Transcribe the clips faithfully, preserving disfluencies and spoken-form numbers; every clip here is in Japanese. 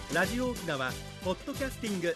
ラジオ沖縄ポッドキャスティング。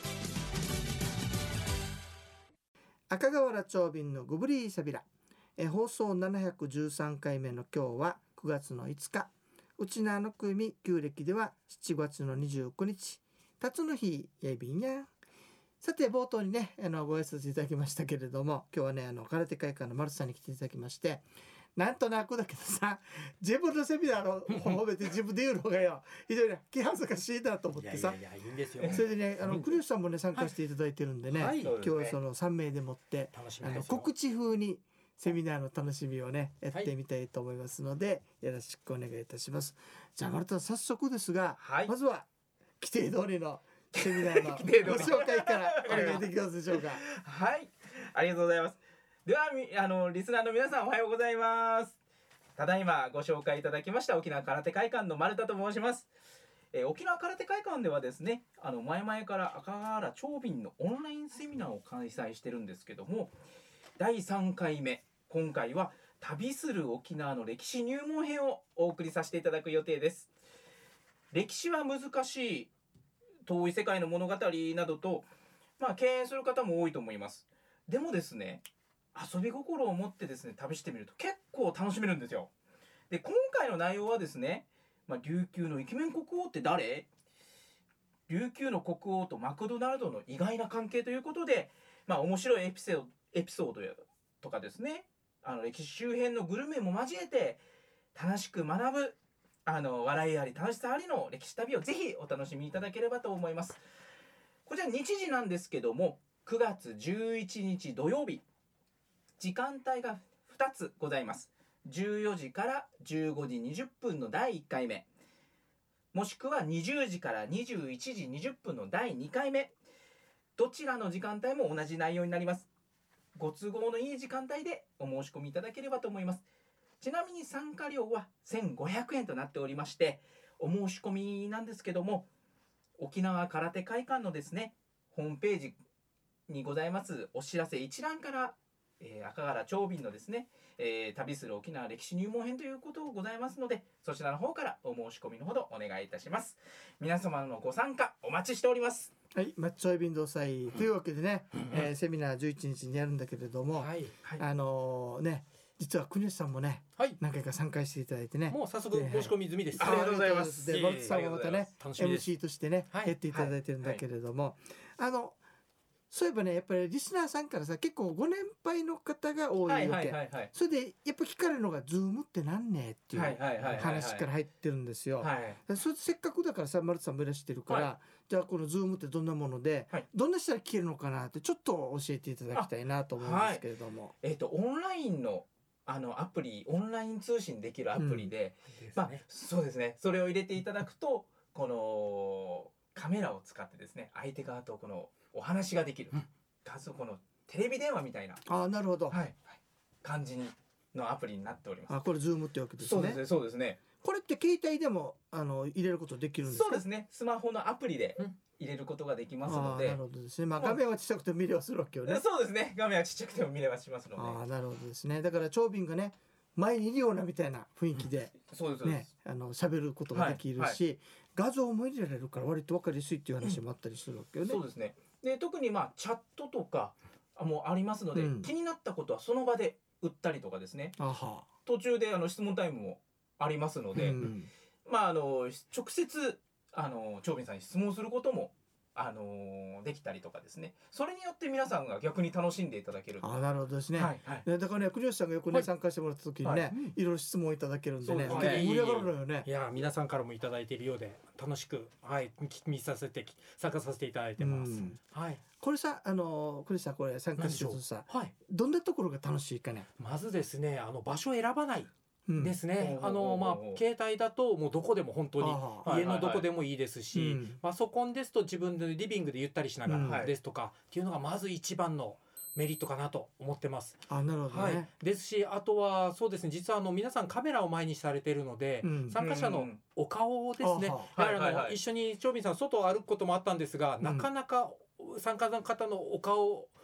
赤瓦長瓶のグブリーサビラ、え放送ななひゃくじゅうさんかいめの今日はくがつのいつか、うちなのくみ旧暦ではしちがつのにじゅうくにち、辰の日やいびんや。さて冒頭にねあのご挨拶いただきましたけれども、今日はねあの空手会館の丸さんに来ていただきまして、なんとなくだけどさ、自分のセミナーの褒めて自分で言うのがよ非常に気恥ずかしいなと思ってさ、 いやいやいやいいんですよ。 それでねあの栗吉さんもね参加していただいてるんでね、 はい今日はそのさんめいでもって楽しみあのですよ。 告知風にセミナーの楽しみをねやってみたいと思いますので、よろしくお願いいたします。じゃあ丸田さん早速ですが、 はいまずは規定通りのセミナーのご規定通り紹介からお願いできますでしょうか。 はい、ありがとうございます。ではみあのリスナーの皆さんおはようございます。ただいまご紹介いただきました沖縄空手会館の丸田と申します。えー、沖縄空手会館ではですね、あの前々から赤瓦長瓶のオンラインセミナーを開催してるんですけども、だいさんかいめ、今回は旅する沖縄の歴史入門編をお送りさせていただく予定です。歴史は難しい遠い世界の物語などと、まあ、敬遠する方も多いと思います。でもですね、遊び心を持ってですね旅してみると結構楽しめるんですよ。で今回の内容はですね、まあ、琉球のイケメン国王って誰？琉球の国王とマクドナルドの意外な関係ということで、まあ面白いエピソード、エピソードとかですね、あの歴史周辺のグルメも交えて楽しく学ぶ、あの笑いあり楽しさありの歴史旅をぜひお楽しみいただければと思います。こちら日時なんですけども、くがつじゅういちにち土曜日、時間帯がふたつございます。じゅうよじからじゅうごじにじゅっぷんのだいいっかいめ、もしくはにじゅうじからにじゅういちじにじゅっぷんのだいにかいめ、どちらの時間帯も同じ内容になります。ご都合のいい時間帯でお申し込みいただければと思います。ちなみに参加料はせんごひゃくえんとなっておりまして、お申し込みなんですけども、沖縄空手会館のですねホームページにございますお知らせ一覧から、えー、赤瓦長瓶のですね、えー、旅する沖縄歴史入門編ということございますので、そちらの方からお申し込みのほどお願いいたします。皆様のご参加お待ちしております。 はい、マッチョイビンド祭というわけでね、えー、セミナーじゅういちにちにやるんだけれども、 はい、 はい、 あのー、ね実は国吉さんもね、 はい、 何回か参加していただいてね、 もう早速申し込み済みです。 ありがとうございます。 で、丸田さんもまたね、 楽しみです。 エムシー としてね、 はい、 やっていただいてるんだけれども、はいはい、あのそういえばねやっぱりリスナーさんからさ結構ご年配の方が多いわけ、 はいはいはいはい、 それでやっぱ聞かれるのがズームってなんねっていう話から入ってるんですよ、 はい、 それせっかくだからさ丸田さんもいらしてるから、はい、じゃあこのズームってどんなもので、はい、どんな人が聞けるのかなってちょっと教えていただきたいなと思うんですけれども、 はい、えっとオンラインのあのアプリ、オンライン通信できるアプリで、うん、まあそうですね、それを入れていただくとこのカメラを使ってですね相手側とこのお話ができる、うん、このテレビ電話みたいな、 あ、なるほど、 はいはい、感じのアプリになっております。 あ、これズームってわけですね。 そうですね、そうですね。 これって携帯でもあの入れることできるんですか？ そうですね、スマホのアプリで入れることができますので、 あ、なるほどですね。まあ画面はちっちゃくても見れはするわけよね。 そうですね、画面はちっちゃくても見れはしますので。 あ、なるほどですね。だから長瓶がね前にいるようなみたいな雰囲気で、 うん、そうですね、あの喋ることができるし、はいはい、画像も入れられるから割と分かりやすいっていう話もあったりするわけよね。 うん、そうですね。で特にまあチャットとかもありますので、うん、気になったことはその場で打ったりとかですね。あは、途中であの質問タイムもありますので、うん、まああの直接あの長瓶さんに質問することもあのー、できたりとかですね、それによって皆さんが逆に楽しんでいただける。 あ、なるほどですね、はいはい、だからね栗吉さんが横に、ね、参加してもらった時にね、はい、いろいろ質問いただけるんでね、 はい、 盛り上がるのよね。 いや皆さんからもいただいているようで楽しく、はい、見させて参加させていただいてます、うん、はい、 これさ、あのー、栗吉さんこれ参加するとさ、はい、どんなところが楽しいかね。 まずですね、あの場所を選ばないですね、うん、あのまあ携帯だともうどこでも本当に家のどこでもいいですし、はいはいはい、パソコンですと自分でリビングでゆったりしながらですとか、うん、っていうのがまず一番のメリットかなと思ってます。 あ、なるほどね、 はい、ですし、あとはそうですね、実はあの皆さんカメラを前にされているので、うん、参加者のお顔ですね、やはりあの、はい、一緒に長瓶さん外を歩くこともあったんですが、うん、なかなか参加の方のお顔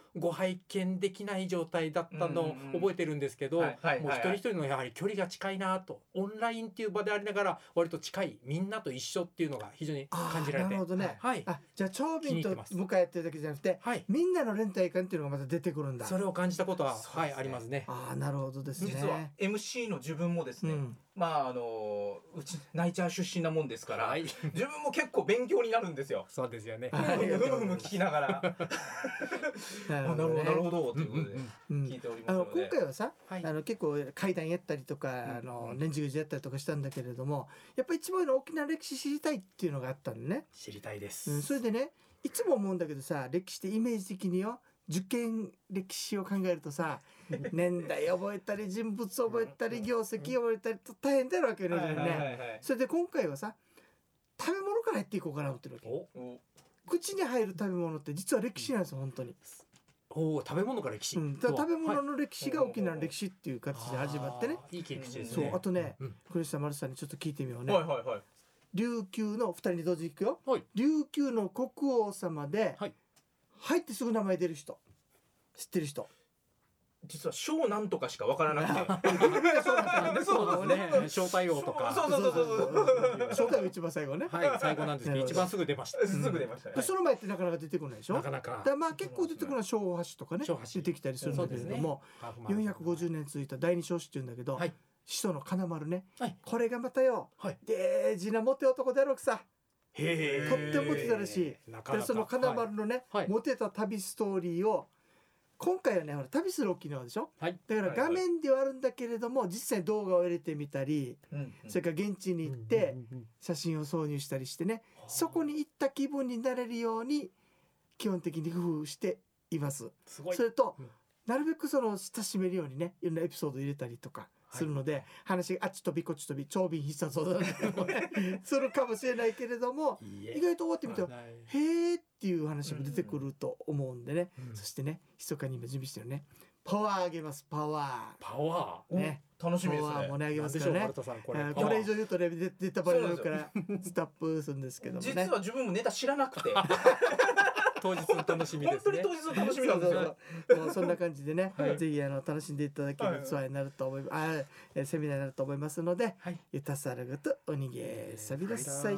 ご拝見できない状態だったのを覚えてるんですけど、もう一人一人のやはり距離が近いなと、オンラインっていう場でありながら割と近い、みんなと一緒っていうのが非常に感じられて、 なるほどね、 はい、 あじゃあ長瓶と向かい合ってるだけじゃなくて、はい、みんなの連帯感っていうのがまた出てくるんだ。 それを感じたことは、はい、ありますね。 あなるほどですね。 実は エムシー の自分もですね、うん、まああのうちナイチャー出身なもんですから、はい、自分も結構勉強になるんですよ。 そうですよね。 ふむふむ聞きながらなるほどなるほどということで聞いておりますので、 あの今回はさ、はい、あの結構会談やったりとか、あの年中やったりとかしたんだけれども、やっぱり一番の沖縄の歴史知りたいっていうのがあったのね。 知りたいです、 うん、それでね、いつも思うんだけどさ、歴史ってイメージ的によ、受験歴史を考えるとさ年代覚えたり人物覚えたり業績覚えたりと大変だわけよね、はいはいはいはい、それで今回はさ食べ物から入っていこうかなと思ってるわけ。口に入る食べ物って実は歴史なんですよ、本当に。 お食べ物から歴史、うん、 だから食べ物の歴史が沖縄の歴史っていう形で始まってね、 いい切り口ですね。そう、あとね、栗下丸さんにちょっと聞いてみようね、 はいはいはい、 琉球のふたりに同時に行くよ、 はい、 琉球の国王様で、はい、入ってすぐ名前出る人知ってる人、 実は小なんとかしかわからなくてそうね、小太陽とか、 そうそうそうそう小太陽一番最後ね、 はい最後なんですけど一番すぐ出ました、 すぐ出ました。 その前ってなかなか出てこないでしょ。 なかなかだまあ結構出てくるのは小橋とかね出てきたりするんだけれども、よんひゃくごじゅうねん続いた第二少子っていうんだけど、始祖の金丸ね、これがまたよデージなモテ男であろくさ、とってもモテたらしい。でその金丸のねモテた旅ストーリーを今回はね、ほら旅する沖縄でしょ、はい、だから画面ではあるんだけれども、実際動画を入れてみたり、うんうん、それから現地に行って写真を挿入したりしてね、うん、そこに行った気分になれるように基本的に工夫しています。すごい。それと、うん、なるべくその親しめるようにね、いろんなエピソード入れたりとかするので、はい、話があっち飛びこっち飛び長瓶必殺技するかもしれないけれども、意外と終わってみたらへーっていう話も出てくると思うんでね、うん、そしてね、密かに今準備してるね、パワー上げます。パワーパワーね、楽しみですね。 パワーもね上げますからね。これこれ以上言うとねネタバレるからスタップするんですけどもね。 実は自分もネタ知らなくて当日の楽しみですね。 本当に当日の楽しみなんですよ。 もうそんな感じでね、はい、ぜひあの楽しんでいただけるツアーになると思います。はい、あセミナーになると思いますので、はい、ゆたさらぐとおにげさびらっさい。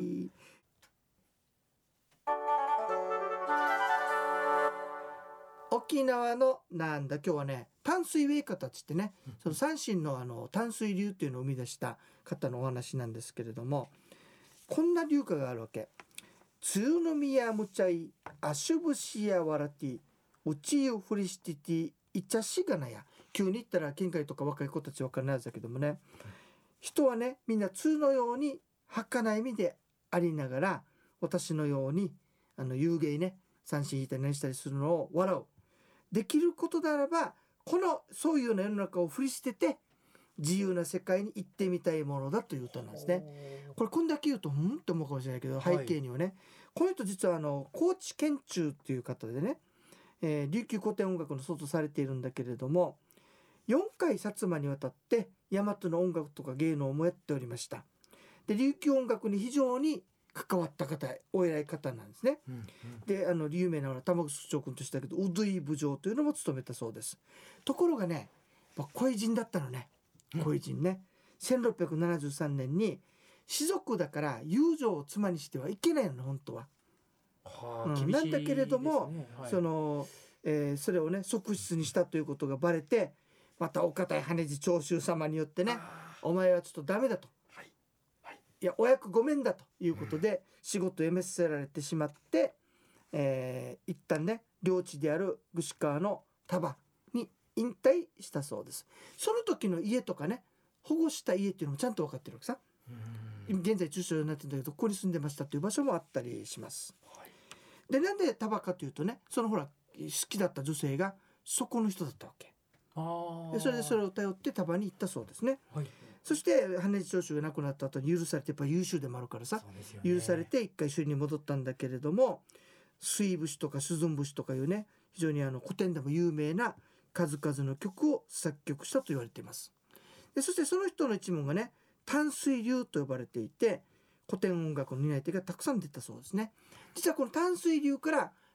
沖縄のなんだ今日はね、淡水ウェイカたちってね、その三神のあの淡水流っていうのを生み出した方のお話なんですけれども、こんな流歌があるわけ。つゆのみやむちゃいあしゅぶしやわらてぃうちゆふりしててぃいちゃしがなや。急に言ったら県外とか若い子たち分からないだけどもね、人はねみんな通のように儚い意味でありながら、私のようにあの有芸ね三振引いたり何したりするのを笑う。できることならばこのそういうような世の中を振り捨てて自由な世界に行ってみたいものだという歌なんですね。これこんだけ言うとうんって思うかもしれないけど、背景にはね、はい、この人実はあの高知県中っていう方でね、えー、琉球古典音楽の外されているんだけれども、よんかい薩摩にわたって大和の音楽とか芸能もやっておりました。で琉球音楽に非常に関わった方、お偉い方なんですね、うんうん、であの有名なのは玉城長君としたけどうどい部長というのも務めたそうです。ところがね、恋人だったのね、恋人ね、うん、せんろっぴゃくななじゅうさんねんに士族だから友情を妻にしてはいけないの本当は、はあ、うん、なんだけれども、はい、その、えー、それをね側室にしたということがバレて、またお堅い羽地長州様によってね、お前はちょっとダメだと、はいはい、いやお役ごめんだということで、うん、仕事を辞めさせられてしまって、えー、一旦ね領地である串川の束に引退したそうです。その時の家とかね、保護した家っていうのもちゃんと分かってるわけさ。現在駐車場になってるんだけど、ここに住んでましたという場所もあったりします、はい、でなんで束かというとね、そのほら好きだった女性がそこの人だったわけ。あでそれでそれを頼って束に行ったそうですね、はい、そして羽地長州が亡くなった後に許されて、やっぱり優秀でもあるからさ、ね、許されて一回首里に戻ったんだけれども、水節とか鈴節とかいうね非常にあの古典でも有名な数々の曲を作曲したと言われています。でそしてその人の一門がね淡水流と呼ばれていて、古典音楽の担い手がたくさん出たそうですね。実はこの淡水流から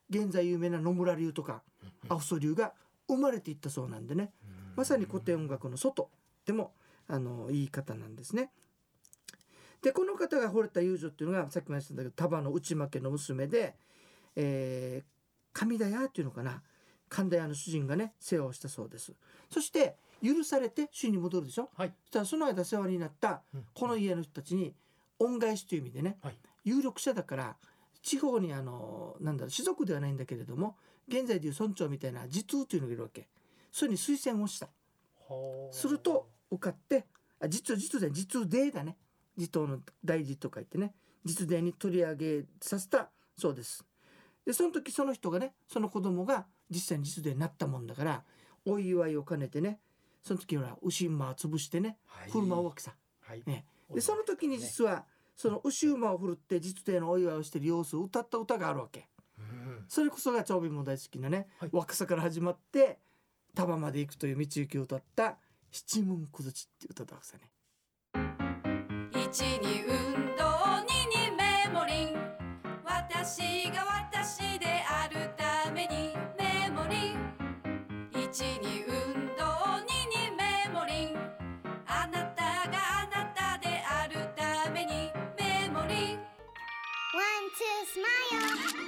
現在有名な野村流とか阿蘇流が生まれていったそうなんでね、まさに古典音楽の外でもあのいい方なんですね。でこの方が惚れた遊女っていうのがさっきも言ったんだけど丹波の内間家の娘で、えー、神田屋っていうのかな、神田屋の主人がね世話をしたそうです。そして許されて主に戻るでしょ、はい、そしたらその間世話になったこの家の人たちに恩返しという意味でね、はい、有力者だから地方にあのなんだろう士族ではないんだけれども現在でいう村長みたいな地頭というのがいるわけ。それに推薦をした。すると受かって、あ実実で実でだね、地頭の大事と書いてね、実でに取り上げさせたそうです。でその時その人がね、その子供が実際に実でになったもんだからお祝いを兼ねてね、その時ほら牛馬を潰してね、はい、振る舞うわけさ、はいね、でその時に実はその牛馬を振るって実でのお祝いをしている様子を歌った歌があるわけ、うん、それこそが長兵衛も大好きなね、はい、若さから始まって丹波まで行くという道行きを歌った七文くずちっていう歌だわけさね。 一に運動二にメモリン、私が私であるためにメモリン、一に運動二にメモリン、あなたがあなたであるためにメモリン。 ワンツースマイル オーピ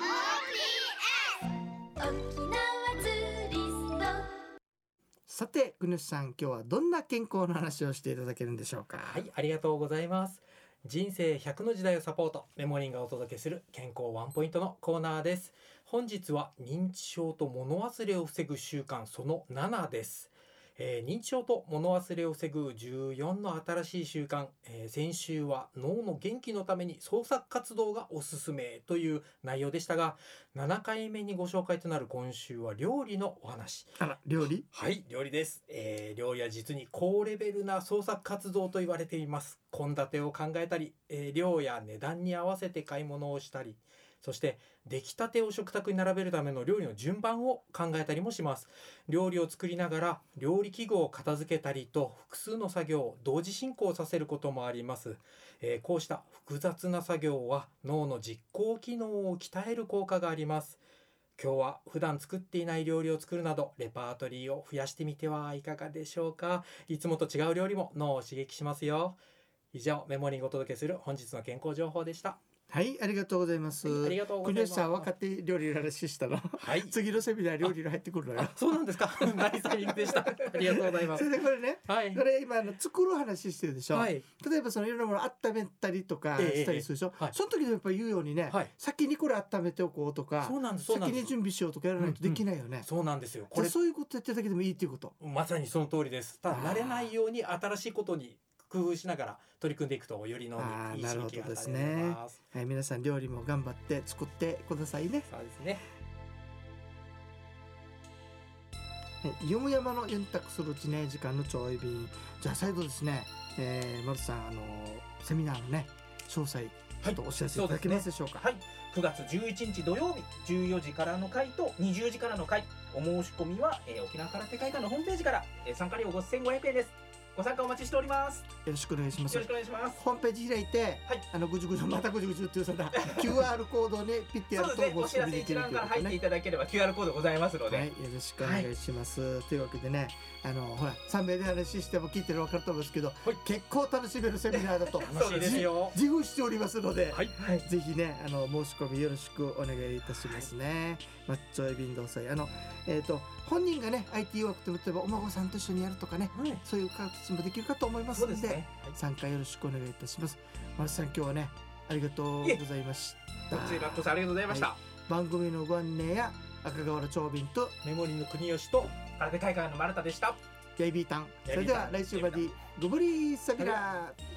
ーエス 沖縄ツーリスト。 さて国吉さん、今日はどんな健康の話をしていただけるんでしょうか。 はい、ありがとうございます。人生ひゃくの時代をサポート、メモリンがお届けする健康ワンポイントのコーナーです。本日は認知症と物忘れを防ぐ習慣そのななです。えー、認知症と物忘れを防ぐじゅうよんの新しい習慣、えー、先週は脳の元気のために創作活動がおすすめという内容でしたが、ななかいめにご紹介となる今週は料理のお話。 あら、料理？ はい、料理です、えー、料理は実に高レベルな創作活動と言われています。献立を考えたり、えー、量や値段に合わせて買い物をしたり、そして出来たてを食卓に並べるための料理の順番を考えたりもします。料理を作りながら料理器具を片付けたりと複数の作業を同時進行させることもあります。えー、こうした複雑な作業は脳の実行機能を鍛える効果があります。今日は普段作っていない料理を作るなどレパートリーを増やしてみてはいかがでしょうか。いつもと違う料理も脳を刺激しますよ。以上、メモリンがお届けする本日の健康情報でした。 はい、ありがとうございます。 はい、ありがとうございます。 国吉さん、若手料理の話したの。はい。次のセミナー料理が入ってくるのよ。 そうなんですか。ナイスタイミングでした。ありがとうございます。 それでこれね、はい、これ今の作る話してるでしょ。はい、例えばそのいろんなもの温めたりとかしたりするでしょ。えーはい、その時でやっぱり言うようにね、はい、先にこれ温めておこうとか、そうなんです、先に準備しようとかやらないとできないよね。うんうん、そうなんですよ。これそういうことやってるだけでもいいっていうこと。 まさにその通りです。ただ慣れないように新しいことに工夫しながら取り組んでいくとより脳にいい刺激が与えられます。ね、 はい、皆さん料理も頑張って作ってくださいね。 そうですね。 はい、よもやまの選択する知念時間の調理便。じゃあ再度ですね、えー、丸さん、あのセミナーのね詳細ちょっとお知らせいただけますでしょうか。 はい、はい、くがつじゅういちにち土曜日じゅうよじからの会とにじゅうじからの会、お申し込みは、えー、沖縄空手会館のホームページから、えー、参加料ごせんごひゃくえんです。ご参加お待ちしております。 よろしくお願いします。 よろしくお願いします。 ホームページ開いて、はい、あのぐじゅぐじゅまたぐじゅぐじゅっていうさだキューアール コードねピッてやるとそうですね、お知らせ一覧から入っていただければ キューアール コードございますので、 はい、よろしくお願いします、はい、というわけでね、あのほらさん名で話しても聞いてる分かると思うんですけど、はい、結構楽しめるセミナーだと楽しいですよ。 自負しておりますので、はいはい、ぜひねあの申し込みよろしくお願いいたしますね。はい、マッチョエビンド祭あのえっ、ー、と本人がね アイティー ワークと例えばお孫さんと一緒にやるとかね、はい、そういう形もできるかと思いますの で, で、ねはい、参加よろしくお願いいたします。丸さん今日はねありがとうございました。 こちらこそありがとうございました。はい、 番組のご案内や赤瓦長瓶とメモリの国吉と空手会館の丸田でした。 ヤイビータン。それでは来週までごぶりーサビラー。